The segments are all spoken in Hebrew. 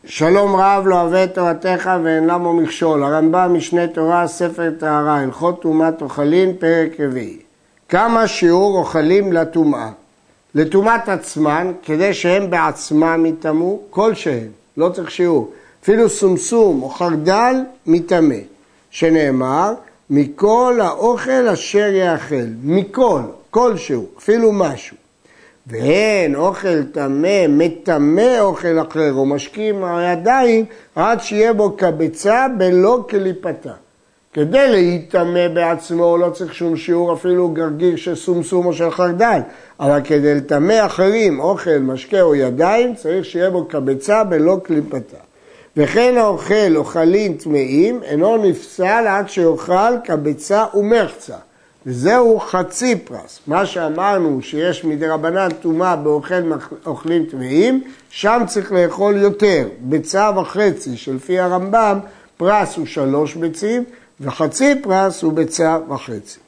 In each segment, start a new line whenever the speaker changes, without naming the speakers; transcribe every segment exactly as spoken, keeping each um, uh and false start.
שלום רב לא אוהב את תורתך ואין למו מכשול. הרמב"ם משנה תורה ספר טהרה הלכות טומאת אוכלים פרק רביעי. כמה שיעור אוכלים לטומאה? לטומאת עצמן כדי שהם בעצמם יטמאו כלשהם, לא צריך שיעור. אפילו סומסום או חרדל מטמא, שנאמר מכל האוכל אשר יאכל, מכל, כלשהו, אפילו משהו. ואין אוכל טמא, מטמא אוכל אחר, או משקים הידיים, עד שיהיה בו קבצה בלא קליפתה. כדי להיטמא בעצמו לא צריך שום שיעור, אפילו גרגיר של סומסום או של חרדל. אבל כדי לטמא אחרים, אוכל, משקה או ידיים, צריך שיהיה בו קבצה בלא קליפתה. וכן האוכל אוכלים טמאים, אינו נפסל עד שיאכל קבצה ומחצה. וזהו חצי פרס. מה שאמרנו שיש מדרבנן טומאה באוכל אוכלים טמאים, שם צריך לאכול יותר. ביצה וחצי, שלפי הרמב"ם, פרס הוא שלוש ביצים, וחצי פרס הוא ביצה וחצי.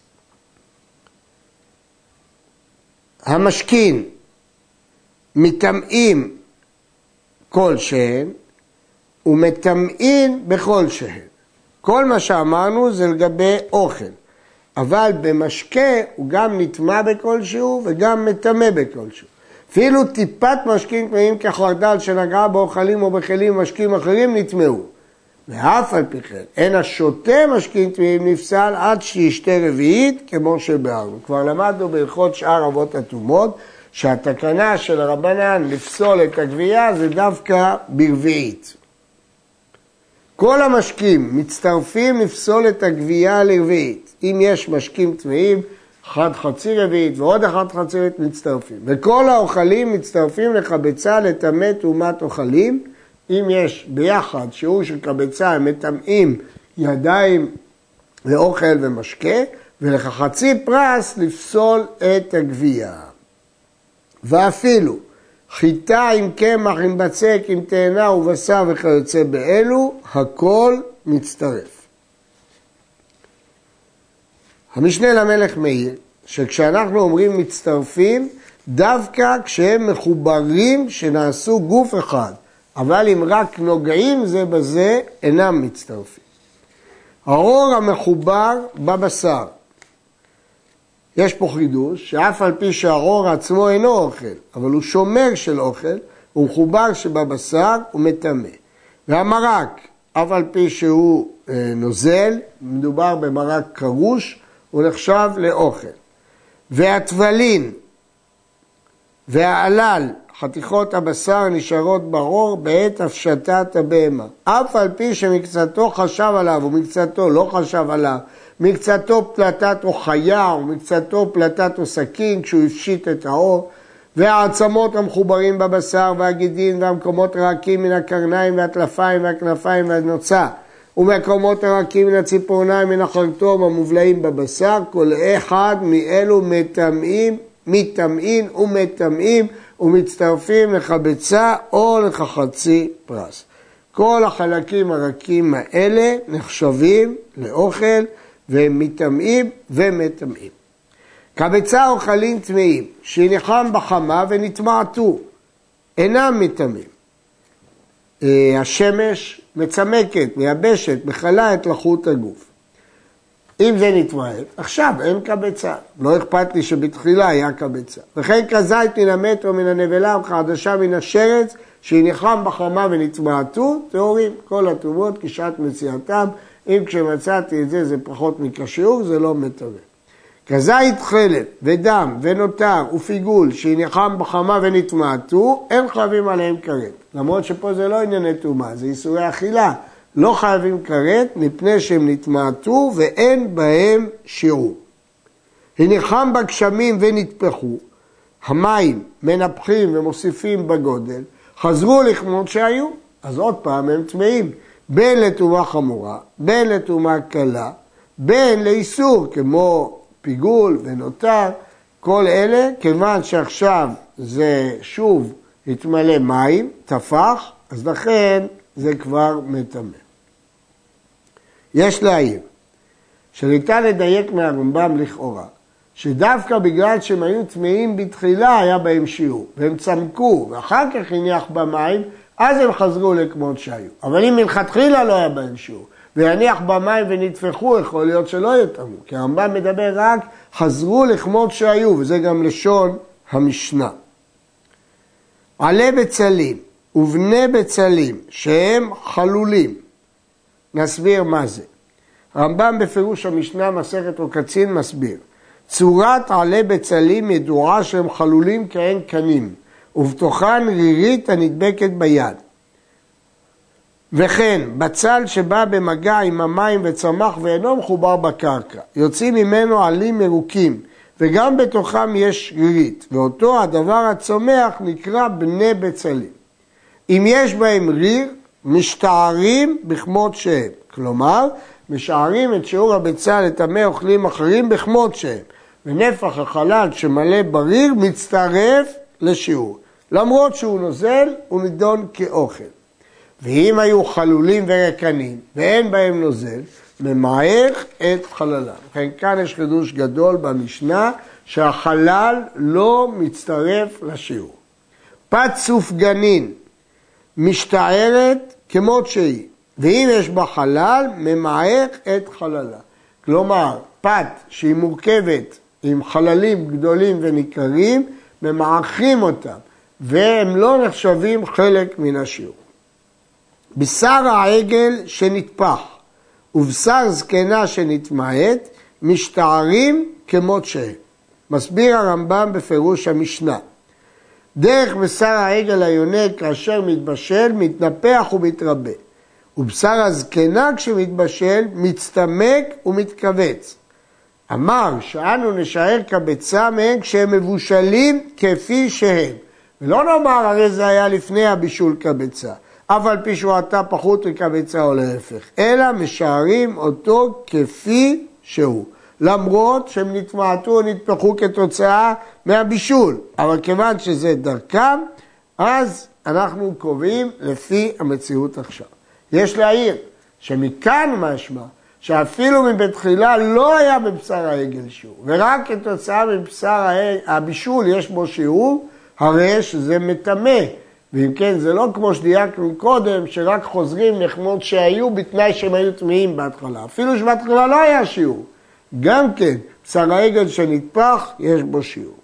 המשכין מטמאים כלשהן, ומטמאים בכל שהן. כל מה שאמרנו זה לגבי אוכל. אבל במשקה הוא גם נטמא בכלשהו וגם מטמא בכלשהו. אפילו טיפת משקים טמאים כחרדל שנגעה באוכלים או בכלים משקים אחרים נטמאו. ואף על פי כן, אין השותה משקים טמאים נפסל עד שישתה רביעית כמו שבארנו. כבר למדנו בהלכות שאר אבות הטומאות שהתקנה של הרבנן לפסול את הגבייה זה דווקא ברביעית. כל המשקים מצטרפים לפסול את הגבייה לרביעית. אם יש משקים טמאים, אחד חצי רביעית ועוד אחד חצי רביעית מצטרפים. וכל האוכלים מצטרפים לחבצה לטמא טומאת אוכלים. אם יש ביחד שיעור של קבצה, הם מטמאים ידיים לאוכל ומשקה, ולחצי פרס לפסול את הגבייה. ואפילו חיטה עם קמח, עם בצק, עם תאנה ובשר וכיוצא באלו, הכל מצטרף. המשנה למלך מאיר, שכשאנחנו אומרים מצטרפים, דווקא כשהם מחוברים שנעשו גוף אחד, אבל אם רק נוגעים זה בזה, אינם מצטרפים. האור המחובר בבשר. יש פה חידוש, שאף על פי שהאור עצמו אינו אוכל, אבל הוא שומר של אוכל, הוא מחובר שבבשר הוא מטמא. והמרק, אף על פי שהוא אה, נוזל, מדובר במרק קרוש, הוא נחשב לאוכל. והטבלין והעלל, חתיכות הבשר נשארות ברור בעת הפשטת הבהמה. אף על פי שמקצתו חשב עליו ומקצתו לא חשב עליו, מקצתו פלטת או חיה ומקצתו פלטת או סכין כשהוא הפשיט את האור, והעצמות המחוברים בבשר והגידין והמקומות הרכים מן הקרניים והטלפיים והכנפיים והנוצה, ומקומות הרכים מן הציפורניים מן החרטום המובלעים בבשר, כל אחד מאלו מטמאים, מטמאים ומטמאים ומצטרפים לחבצה או לחצי פרס. כל החלקים הרכים האלה נחשבים לאוכל והם מטמאים ומטמאים. קבצה אוכלים טמאים שניחם בחמה ונטמעתו, אינם מטמאים. השמש מצמקת, מייבשת, מחלה את לחות הגוף. אם זה נתמעט, עכשיו אין קבצה. לא אכפת לי שבתחילה היה קבצה. וכן כזית מן המת או מן הנבלה או חדשה מן השרץ, שהניחם בחמה ונטמעתו, טהורים כל הטומאות כשעת מציאתם. אם כשמצאתי את זה זה פחות מכשיעור, זה לא מטמא. כזית חלב ודם ונותר ופיגול שהניחם בחמה ונטמעתו, אין חייבים עליהם כרת. למרות שפה זה לא ענייני טומאה, זה איסורי אכילה. לא חייבים כרת מפני שהם נטמעתו ואין בהם שיעור. הניחם בגשמים ונטפחו, המים מנפחים ומוסיפים בגודל, חזרו לכמות שהיו, אז עוד פעם הם טמאים. בין לטומאה חמורה, בין לטומאה קלה, בין לאיסור כמו פיגול ונותר, כל אלה כיוון שעכשיו זה שוב התמלא מים, תפח, אז לכן זה כבר מטמא. יש להעיר שניתן לדייק מהרמב"ם לכאורה, שדווקא בגלל שהם היו טמאים בתחילה היה בהם שיעור, והם צמקו, ואחר כך הניח במים, אז הם חזרו לכמות שהיו. אבל אם מלכתחילה לא היה בהם שיעור, ויניח במים ונטפחו, יכול להיות שלא יטמאו. כי הרמב"ם מדבר רק, חזרו לכמות שהיו, וזה גם לשון המשנה. עלי בצלים ובני בצלים, שהם חלולים. נסביר מה זה. הרמב"ם בפירוש המשנה מסכת עוקצין מסביר. צורת עלי בצלים ידועה שהם חלולים כעין קנים, ובתוכן רירית הנדבקת ביד. וכן, בצל שבא במגע עם המים וצמח ואינו מחובר בקרקע, יוצאים ממנו עלים מרוקים, וגם בתוכם יש רירית, ואותו הדבר הצומח נקרא בני בצלים. אם יש בהם ריר, משתערים בכמות שהם. כלומר, משערים את שיעור הביצה לטמא אוכלים אחרים בכמות שהם, ונפח החלל שמלא בריר מצטרף לשיעור. למרות שהוא נוזל, הוא נידון כאוכל. ואם היו חלולים ורקנים, ואין בהם נוזל, ממעך את חללם. לכן כאן יש חידוש גדול במשנה, שהחלל לא מצטרף לשיעור. פת סופגנין משתערת כמות שהיא, ואם יש בה חלל, ממעך את חללה. כלומר, פת שהיא מורכבת עם חללים גדולים וניכרים, ממעכים אותם, והם לא נחשבים חלק מן השיעור. בשר העגל שנטפח ובשר זקנה שנתמעט, משתערים כמות שהם. מסביר הרמב"ם בפירוש המשנה. דרך בשר העגל היונק כאשר מתבשל, מתנפח ומתרבה. ובשר הזקנה כשמתבשל, מצטמק ומתכווץ. אמר שאנו נשאר כביצה מהם כשהם מבושלים כפי שהם. ולא נאמר הרי זה היה לפני הבישול כביצה, אף על פי שהוא עתה פחות מכביצה או להפך, אלא משארים אותו כפי שהוא. למרות שהם נתמעטו או נתפחו כתוצאה מהבישול. אבל כיוון שזה דרכם, אז אנחנו קובעים לפי המציאות עכשיו. יש להעיר שמכאן משמע שאפילו מבתחילה לא היה בבשר העגל שיעור, ורק כתוצאה מבשר הבישול יש בו שיעור, הרי שזה מטמא. ואם כן, זה לא כמו שדייקנו קודם, שרק חוזרים לכמות שהיו בתנאי שהם היו טמאים בהתחלה. אפילו שבהתחלה לא היה שיעור. גם כן, בשר העגל שנטפח, יש בו שיעור.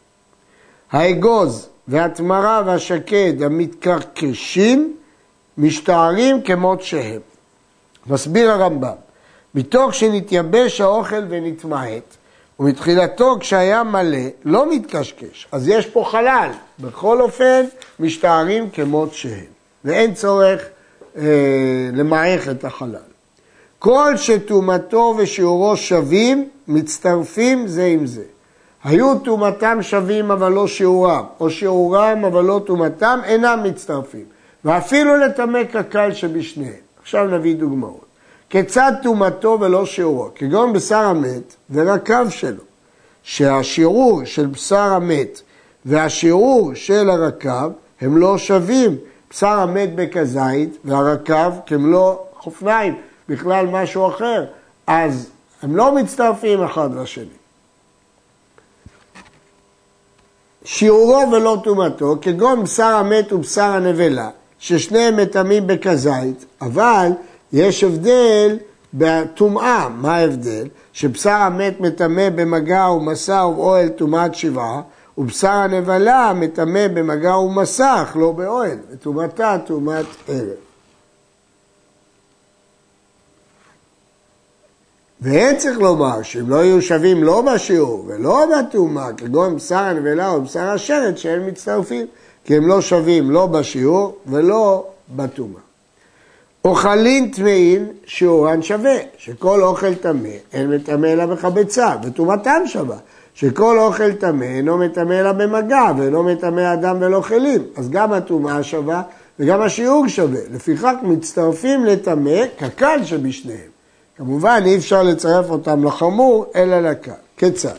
האגוז והתמרה והשקד המתקרקשים, משתערים כמות שהם. מסביר הרמב"ם, מתוך שנתייבש האוכל ונתמעט, ומתחילתו כשהיה מלא, לא מתקשקש, אז יש פה חלל. בכל אופן, משתערים כמות שהם, ואין צורך אה, למעך את החלל. כל שתומתו ושיעורו שווים, מצטרפים זה עם זה. היו תומתם שווים אבל לא שיעורם, או שיעורם אבל לא תומתם, אינם מצטרפים. ואפילו לטמא קקל שבשניהם. עכשיו נביא דוגמאות. כיצד תומתו ולא שיעורו? כגון בשר המת ורקב שלו, שהשיעור של בשר המת והשיעור של הרקב הם לא שווים. בשר המת בכזית והרקב כמלוא חופניים, בכלל משהו אחר. אז הם לא מצטרפים אחד לשני. שיעורו ולא תומתו, כגון בשר המת ובשר הנבלה, ששניהם מטמאים בכזית, אבל יש הבדל בטומאה. מה ההבדל? שבשר המת מטמא במגע ומסע ובאוהל טומאת שבעה, ובשר הנבלה מטמא במגע ומסך, לא באוהל, וטומאתה טומאת ערב. ואין צריך לומר שהם לא יהיו שווים לא בשיעור ולא בטומאה, כגון בשר הנבלה או בשר השרת שהם מצטרפים, כי הם לא שווים לא בשיעור ולא בטומאה. אוכלים טמאים שיעורן שווה, שכל אוכל טמא אין מטמא אלא בחבצה, וטומאתם שווה, שכל אוכל טמא אינו מטמא אלא במגע, ואינו מטמא אדם ולא כלים. אז גם הטומאה שווה וגם השיעור שווה. לפיכך מצטרפים לטמא כקל שבשניהם. כמובן אי אפשר לצרף אותם לחמור אלא לקל. כיצד?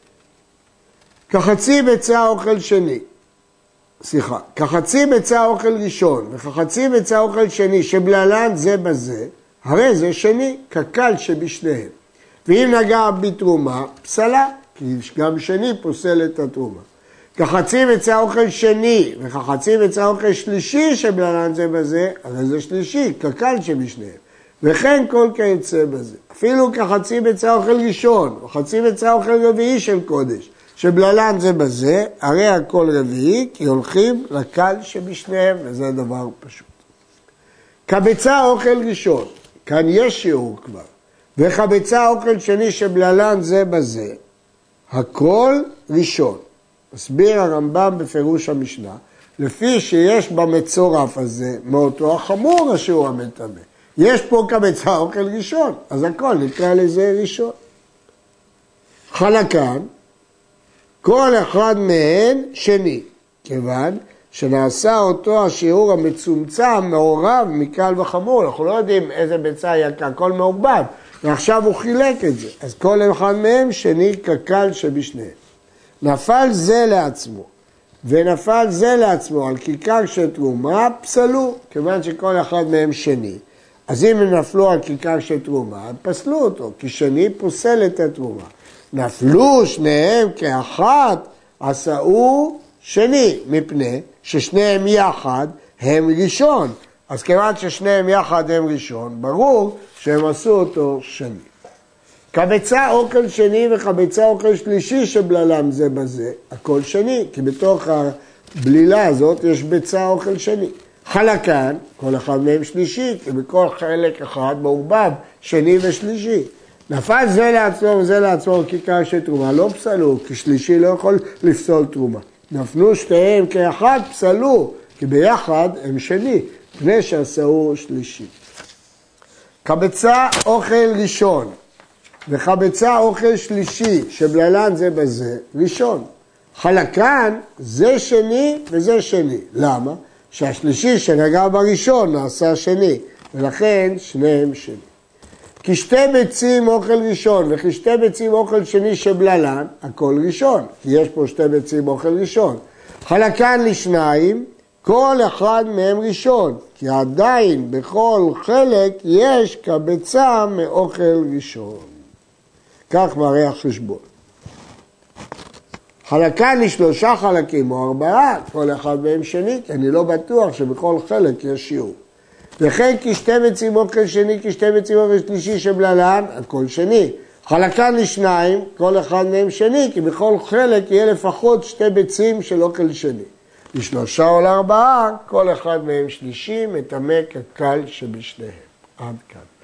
כחצי ביצה אוכל שני. סליחה, כחצי ביצה אוכל ראשון וכחצי ביצה אוכל שני שבללן זה בזה, הרי זה שני, כקל שבשניהם. ואם נגע בתרומה, פסלה, כי גם שני פוסל את התרומה. כחצי ביצה אוכל שני וכחצי ביצה אוכל שלישי שבלענן זה בזה, הרי זה שלישי, קקל שבשניהם. וכן כל כיוצא בזה. אפילו כחצי ביצה אוכל ראשון, או חצי ביצה אוכל רביעי של קודש, שבלענן זה בזה, הרי הכל רביעי, כי הולכים לקל שבשניהם, וזה דבר פשוט. כביצה אוכל ראשון, כאן יש שיעור כבר, וכביצה אוכל שני שבלענן זה בזה, הכל ראשון. מסביר הרמב"ם בפירוש המשנה, לפי שיש במצורף הזה, מאותו החמור השיעור המטמא. יש פה כביצה אוכל ראשון, אז הכל נקרא לזה ראשון. חלקן, כל אחד מהן שני, כיוון שנעשה אותו השיעור המצומצם מעורב מקל וחמור. אנחנו לא יודעים איזה ביצה היה הכל מעורבב, ועכשיו הוא חילק את זה. אז כל אחד מהם שני כקל שבשניהם. נפל זה לעצמו, ונפל זה לעצמו על כיכר של תרומה, פסלו, כיוון שכל אחד מהם שני. אז אם הם נפלו על כיכר של תרומה, פסלו אותו, כי שני פוסל את התרומה. נפלו שניהם כאחת, עשאו שני, מפני ששניהם יחד הם ראשון. אז כיוון ששניהם יחד הם ראשון, ברור שהם עשו אותו שני. כביצה אוכל שני וכביצה אוכל שלישי שבללם זה בזה, הכל שני, כי בתוך הבלילה הזאת יש ביצה אוכל שני. חלקן, כל אחד מהם שלישי, כי בכל חלק אחד מעורבב שני ושלישי. נפל זה לעצמו וזה לעצמו כיכר של תרומה, לא פסלו, כי שלישי לא יכול לפסול תרומה. נפלו שתיהם כאחד, פסלו, כי ביחד הם שני, פני שעשהו שלישי. כביצה אוכל ראשון וכביצה אוכל שלישי, שבללן זה בזה, ראשון. חלקן זה שני וזה שני. למה? שהשלישי שנגע בראשון נעשה שני, ולכן שניהם שני. כי שתי ביצים אוכל ראשון וכי שתי ביצים אוכל שני שבללן, הכל ראשון, כי יש פה שתי ביצים אוכל ראשון. חלקן לשניים, כל אחד מהם ראשון, כי עדיין בכל חלק יש כביצה מאוכל ראשון. כך מראה החשבון. חלקן לשלושה חלקים או ארבעה, כל אחד מהם שני, כי אני לא בטוח שבכל חלק יש שיעור. וכן כי שתי ביצים אוכל שני, כי שתי ביצים אוכל שלישי שבללן, הכל שני. חלקן לשניים, כל אחד מהם שני, כי בכל חלק יהיה לפחות שתי ביצים של אוכל שני. לשלושה או לארבעה, כל אחד מהם שלישי, מטמא כקל שבשניהם. עד כאן.